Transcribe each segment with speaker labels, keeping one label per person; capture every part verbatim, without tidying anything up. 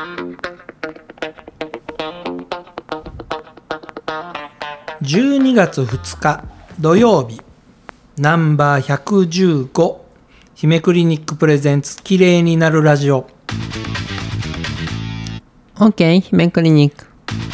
Speaker 1: じゅうにがつふつか土曜日、ナンバーひゃくじゅうご、姫クリニックプレゼンツきれいになるラジオ。
Speaker 2: OK 姫クリニック。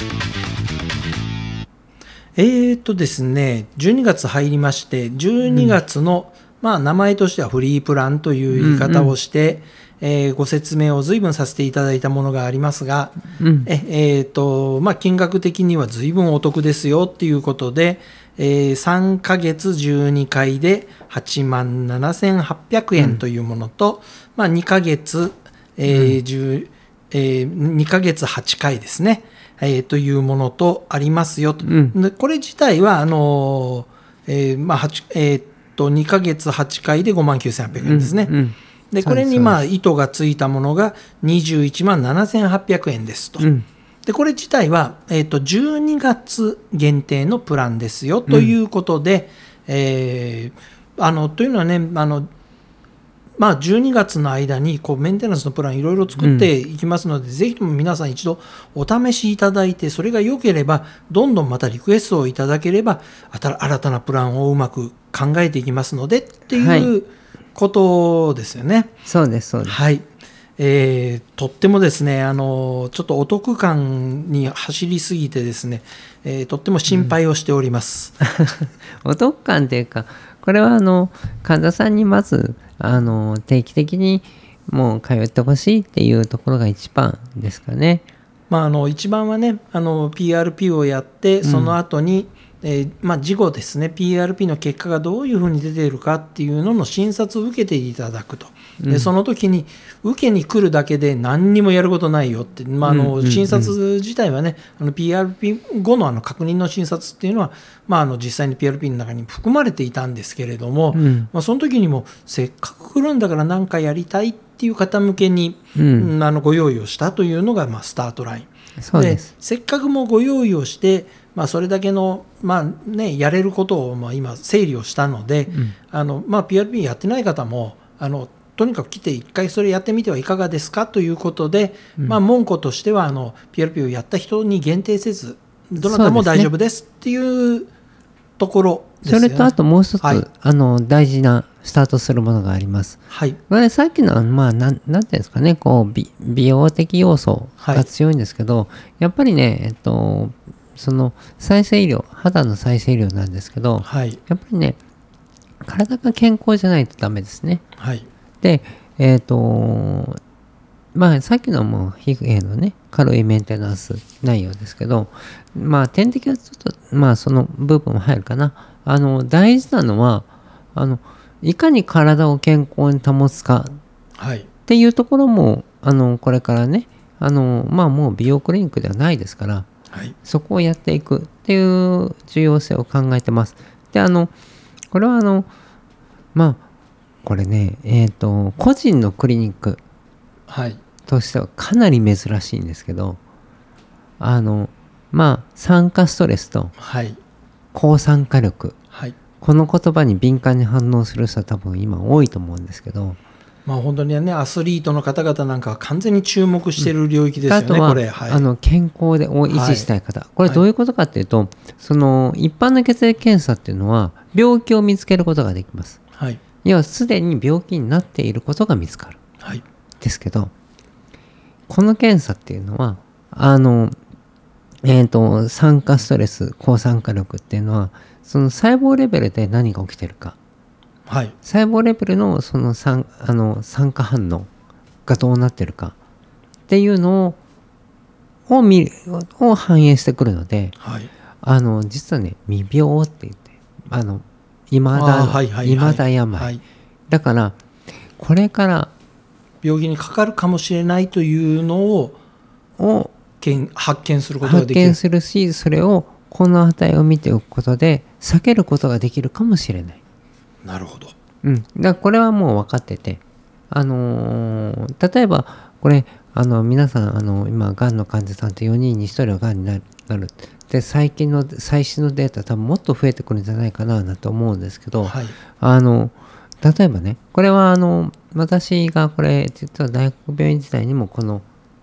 Speaker 1: えーとですねじゅうにがつ入りまして、じゅうにがつの、うん、まあ名前としてはフリープランという言い方をして、うんうんえー、ご説明を随分させていただいたものがありますが、うん、ええーとまあ、金額的には随分お得ですよっていうことで、えー、さんかげつじゅうにかいではちまんななせんはっぴゃくえんというものと、うんまあ、にかげつ、えーうん10えー、にかげつはちかいですね、えー、というものとありますよと、うん、でこれ自体はあのーえーまあ8えー、とにかげつはちかいでごまんきゅうせんはっぴゃくえんですね、うんうんでこれにまあ糸がついたものがにじゅういちまんななせんはっぴゃくえんですと、うん、でこれ自体は、えー、とじゅうにがつ限定のプランですよということで、うんえー、あのというのはねあの、まあ、じゅうにがつの間にこうメンテナンスのプランいろいろ作っていきますので、うん、ぜひとも皆さん一度お試しいただいて、それが良ければどんどんまたリクエストをいただければ新たなプランをうまく考えていきますのでっていう、はいことですよね。
Speaker 2: そうですそうです。
Speaker 1: はい、えー、とってもですねあのちょっとお得感に走りすぎてですね、えー、とっても心配をしております。
Speaker 2: うん、お得感というかこれはあの患者さんにまずあの定期的にもう通ってほしいっていうところが一番ですかね。
Speaker 1: まあ、あの一番はねあの ピーアールピー をやってその後に、うんえーまあ、事後ですね ピーアールピー の結果がどういうふうに出ているかっていうのの診察を受けていただくと、うん、でその時に受けに来るだけで何にもやることないよって、まあ、あの診察自体はねあの ピーアールピー 後のあの確認の診察っていうのは、まあ、あの実際に ピーアールピー の中に含まれていたんですけれども、うんまあ、その時にもせっかく来るんだから何かやりたいっていう方向けに、うん、あのご用意をしたというのが、まあ、スタートライン
Speaker 2: そうです。
Speaker 1: でせっかくもご用意をしてまあ、それだけの、まあね、やれることをまあ今整理をしたので、うんあのまあ、ピーアールピー やってない方もあのとにかく来て一回それやってみてはいかがですかということで、うんまあ、文句としてはあの ピーアールピー をやった人に限定せずどなたも大丈夫ですっていうところですよね。
Speaker 2: それとあともう一つ、はい、あの大事なスタートするものがあります。はい、これさっきのは、まあ、なん、なんていうんですかねこう 美, 美容的要素が強いんですけど、はい、やっぱりね、えっとその再生医療肌の再生医療なんですけど、はい、やっぱりね体が健康じゃないとダメですね。はい、でえっ、ー、とまあさっきのも皮膚へのね軽いメンテナンス内容ですけど、まあ点滴はちょっとまあその部分も入るかな。あの大事なのはあのいかに体を健康に保つかっていうところもあのこれからねあのまあもう美容クリニックではないですから。はい、そこをやっていくっていう重要性を考えてます。で、あの、これはあの、まあ、これね、えっと、個人のクリニックとしてはかなり珍しいんですけど、あの、まあ、酸化ストレスと抗酸化力、はい、この言葉に敏感に反応する人は多分今多いと思うんですけど、
Speaker 1: まあ、本当にねアスリートの方々なんかは完全に注目している領域ですよね、
Speaker 2: うん、あとは
Speaker 1: これ、はい、
Speaker 2: あの健康でを維持したい方、はい、これどういうことかっていうと、はい、その一般の血液検査っていうのは病気を見つけることができます、はい、要はすでに病気になっていることが見つかる、はい、ですけどこの検査っていうのはあの、えーと、酸化ストレス抗酸化力っていうのはその細胞レベルで何が起きてるか、はい、細胞レベルのその 酸, あの酸化反応がどうなってるかっていうのをを見るを反映してくるので、はい、あの実はね未病って言ってあの未だ、はいはいはい、未だ病、はい、だからこれから
Speaker 1: 病気にかかるかもしれないというのをを発見することができる
Speaker 2: 発見するしそれをこの値を見ておくことで避けることができるかもしれない。
Speaker 1: なるほど、
Speaker 2: うん、だからこれはもう分かってて、あのー、例えばこれあの皆さんあの今がんの患者さんってよにんにひとりががんになるで最近の最新のデータ多分もっと増えてくるんじゃないかなと思うんですけど、はい、あの例えばねこれはあの私がこれ実は大学病院時代にもこの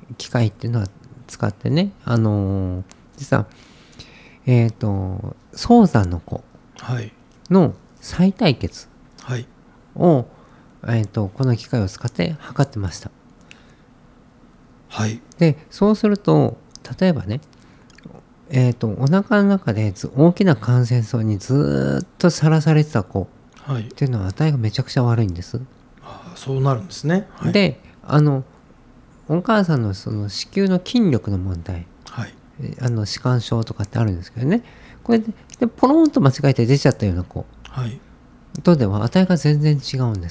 Speaker 2: 機械っていうのは使ってね、あのー、実はえっ、ー、と早産の子の再体血を、はいえー、とこの機械を使って測ってました。
Speaker 1: はい、
Speaker 2: でそうすると例えばね、えー、とお腹の中で大きな感染症にずっとさらされてた子っていうのは値がめちゃくちゃ悪いんです。はい、
Speaker 1: あそうなるんですね。
Speaker 2: はい、であのお母さんのその子宮の筋力の問題、
Speaker 1: はい、
Speaker 2: あの弛緩症とかってあるんですけどね、これででポロンと間違えて出ちゃったような子とでは値が全然違うんです。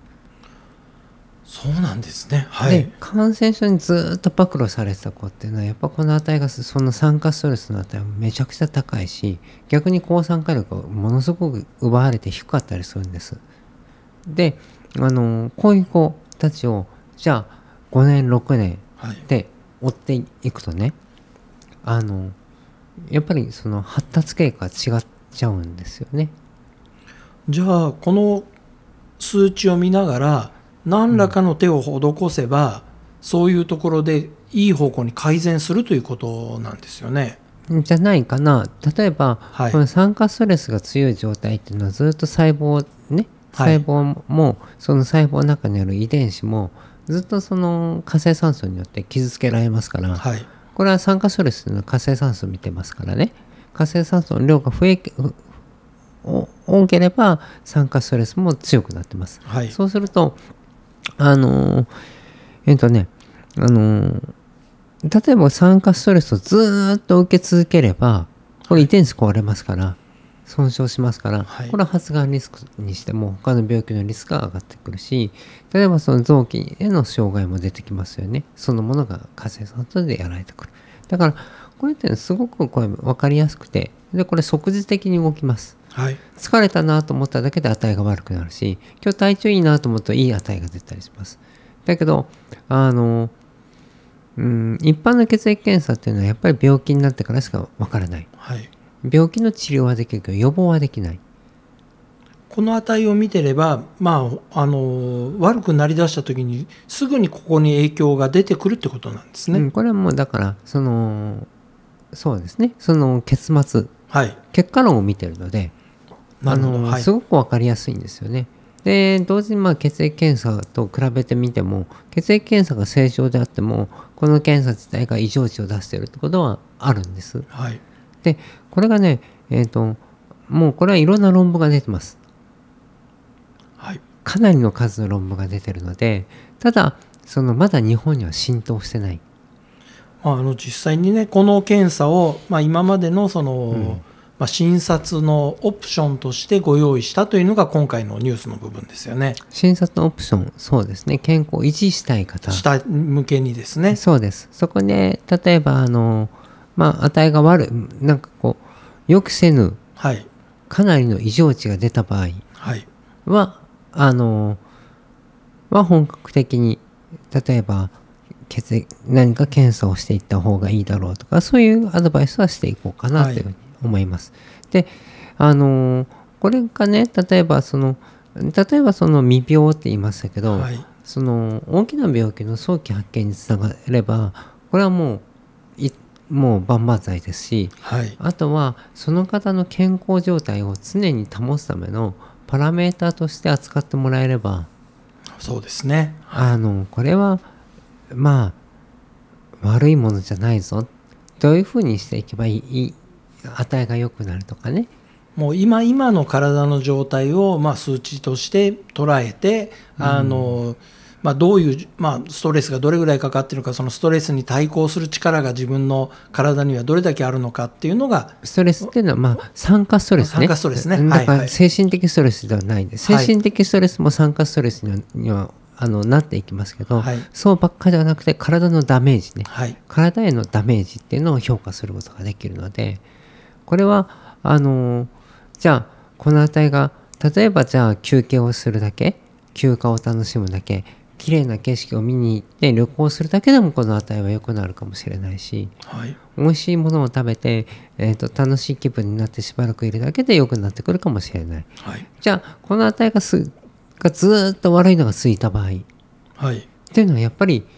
Speaker 1: そうなんですね。はい、
Speaker 2: で感染症にずっと暴露されてた子っていうのはやっぱこの値がその酸化ストレスの値はめちゃくちゃ高いし、逆に抗酸化力がものすごく奪われて低かったりするんです。であのこういう子たちをじゃあごねんろくねんで追っていくとね、はい、あのやっぱりその発達経過が違っちゃうんですよね。
Speaker 1: じゃあこの数値を見ながら何らかの手を施せば、うん、そういうところでいい方向に改善するということなんですよね。
Speaker 2: じゃないかな。例えば、はい、この酸化ストレスが強い状態っていうのはずっと細胞ね、細胞も、はい、その細胞の中にある遺伝子もずっとその活性酸素によって傷つけられますから、はい、これは酸化ストレスというのは活性酸素を見てますからね、活性酸素の量が増え多ければ酸化ストレスも強くなってます。はい、そうするとあのえっとねあの例えば酸化ストレスをずっと受け続ければこれ遺伝子壊れますから、はい、損傷しますから、はい、これは発がんリスクにしても他の病気のリスクが上がってくるし、例えばその臓器への障害も出てきますよね。そのものが活性酸素でやられてくる。だからこれってすごくこれ分かりやすくて、でこれ即時的に動きます。はい、疲れたなと思っただけで値が悪くなるし、今日体調いいなと思うといい値が出たりします。だけどあのうん一般の血液検査っていうのはやっぱり病気になってからしか分からない。はい、病気の治療はできるけど予防はできない。
Speaker 1: この値を見てれば、まあ、あの悪くなりだした時にすぐにここに影響が出てくるってことなんですね。うん、
Speaker 2: これはもうだからそのそうですね、その結末、はい、結果論を見てるのであの、はい、すごく分かりやすいんですよね。で同時にまあ血液検査と比べてみても血液検査が正常であってもこの検査自体が異常値を出しているってことはあるんです。はい、でこれがね、えーと、もうこれはいろんな論文が出てます。はい、かなりの数の論文が出てるので、ただそのまだ日本には浸透してない。
Speaker 1: あの実際にねこの検査を、まあ、今までのその、うんまあ、診察のオプションとしてご用意したというのが今回のニュースの部分ですよね。
Speaker 2: 診察のオプション、そうですね、健康を維持したい方
Speaker 1: した向けにですね。
Speaker 2: そうです。そこで例えばあの、まあ、値が悪いなんかこう予期せぬ、はい、かなりの異常値が出た場合は、はい、あのは本格的に例えば血液何か検査をしていった方がいいだろうとか、そういうアドバイスはしていこうかなというふうに思います。はい、であのこれがね例えばその例えばその未病って言いましたけど、はい、その大きな病気の早期発見につながればこれはもういもう万々歳ですし、はい、あとはその方の健康状態を常に保つためのパラメーターとして扱ってもらえれば、
Speaker 1: そうですね、
Speaker 2: はい、あのこれはまあ悪いものじゃないぞ、どういうふうにしていけばいい値が良くなるとかね、
Speaker 1: もう今今の体の状態をまあ数値として捉えて、あの、まあ、どういう、まあ、ストレスがどれぐらいかかっているか、そのストレスに対抗する力が自分の体にはどれだけあるのかっていうのが、
Speaker 2: ストレスっていうのはまあ酸化ストレスね。
Speaker 1: 酸化ストレスね。
Speaker 2: だから精神的ストレスではないんです。はい、精神的ストレスも酸化ストレスには、にはあのなっていきますけど、はい、そうばっかではなくて体のダメージね、はい、体へのダメージっていうのを評価することができるので、これはあのじゃあこの値が例えばじゃあ休憩をするだけ、休暇を楽しむだけ、綺麗な景色を見に行って旅行するだけでもこの値は良くなるかもしれないし、はい、美味しいものを食べて、えーと、楽しい気分になってしばらくいるだけで良くなってくるかもしれない。はい、じゃあこの値がすがずっと悪いのが続いた場合、はい、っていうのはやっぱり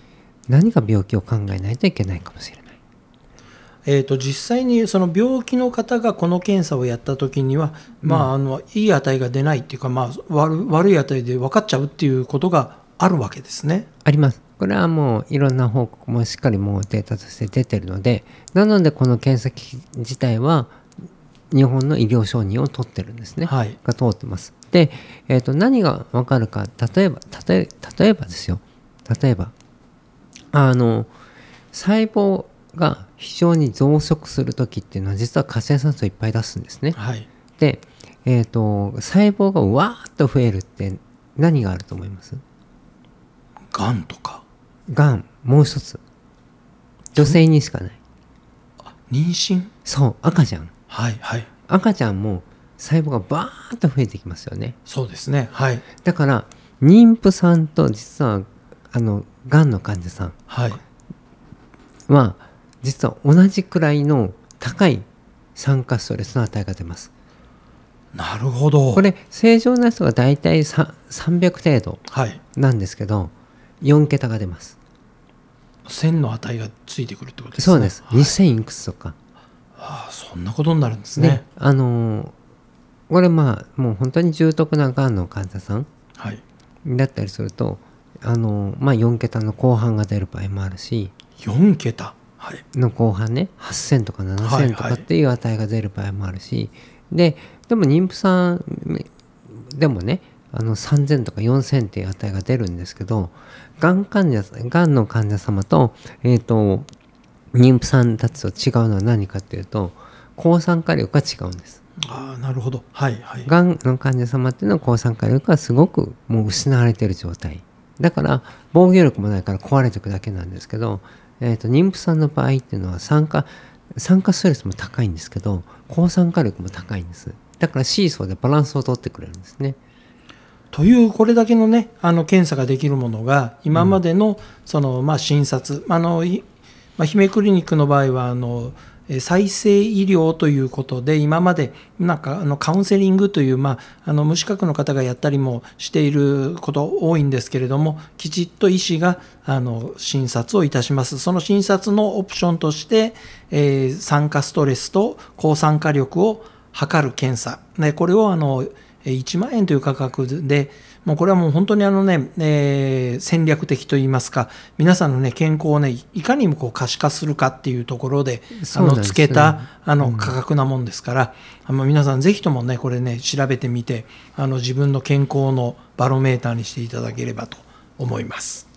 Speaker 2: 何か病気を考えないといけないかもしれない。
Speaker 1: えー、と実際にその病気の方がこの検査をやった時には、うん、まあ、あのいい値が出ないっていうか、まあ、悪, 悪い値で分かっちゃうっていうことがあるわけですね。
Speaker 2: あります。これはもういろんな報告もしっかりもうデータとして出てるので、なのでこの検査機器自体は日本の医療承認を取ってるんですね、はい、が通ってます。で、えー、と何が分かるか、例えば例え例えばですよ例えばあの細胞が非常に増殖するときっていうのは実は活性酸素をいっぱい出すんですね、はい、で、えー、と細胞がわーっと増えるって何があると思います？
Speaker 1: がんとか。
Speaker 2: がん、もう一つ女性にしかない
Speaker 1: 妊娠。
Speaker 2: そう、赤ちゃん、
Speaker 1: はいはい、
Speaker 2: 赤ちゃんも細胞がバーッと増えてきますよね。
Speaker 1: そうですね、はい、
Speaker 2: だから妊婦さんと実はあのがんの患者さんは、はい、実は同じくらいの高い酸化ストレスの値が出ます。
Speaker 1: なるほど。
Speaker 2: これ正常な人がだいたいさんびゃく程度なんですけど、はい、よん桁が出ます。
Speaker 1: せんの値がついてくるってことですね。
Speaker 2: そうです、はい、にせんいくつとか。
Speaker 1: ああ、そんなことになるんですね。
Speaker 2: ね、あのー、これまあもう本当に重篤ながんの患者さんだったりすると、はい、あのー、まあよん桁の後半が出る場合もあるし、
Speaker 1: よん桁、はい、
Speaker 2: の後半ね、はっせんとかななせんとかっていう値が出る場合もあるし、はいはい、ででも妊婦さんでもね、あのさんぜんとかよんせんっていう値が出るんですけど、がん患者がんの患者様と、えーと妊婦さんたちと違うのは何かっていうと、抗酸化力が違うんです。
Speaker 1: ああ、なるほど。はいはい。
Speaker 2: がんの患者様っていうのは抗酸化力がすごくもう失われている状態だから、防御力もないから壊れていくだけなんですけど、えーと妊婦さんの場合っていうのは酸化酸化ストレスも高いんですけど、抗酸化力も高いんです。だからシーソーでバランスを取ってくれるんですね。
Speaker 1: というこれだけのね、あの検査ができるものが今までのその、まあ、診察、あのまあ、姫クリニックの場合はあの再生医療ということで、今までなんかあのカウンセリングという、まあ、あの無資格の方がやったりもしていること多いんですけれども、きちっと医師があの診察をいたします。その診察のオプションとして、えー、酸化ストレスと抗酸化力を測る検査、ね、これをあのいちまんえんという価格で、もうこれはもう本当にあのね、えー、戦略的といいますか、皆さんのね健康をねいかにもこう可視化するかっていうところで、あのつけたあの価格なもんですから、うん、あの皆さんぜひともねこれね調べてみて、あの自分の健康のバロメーターにしていただければと思います。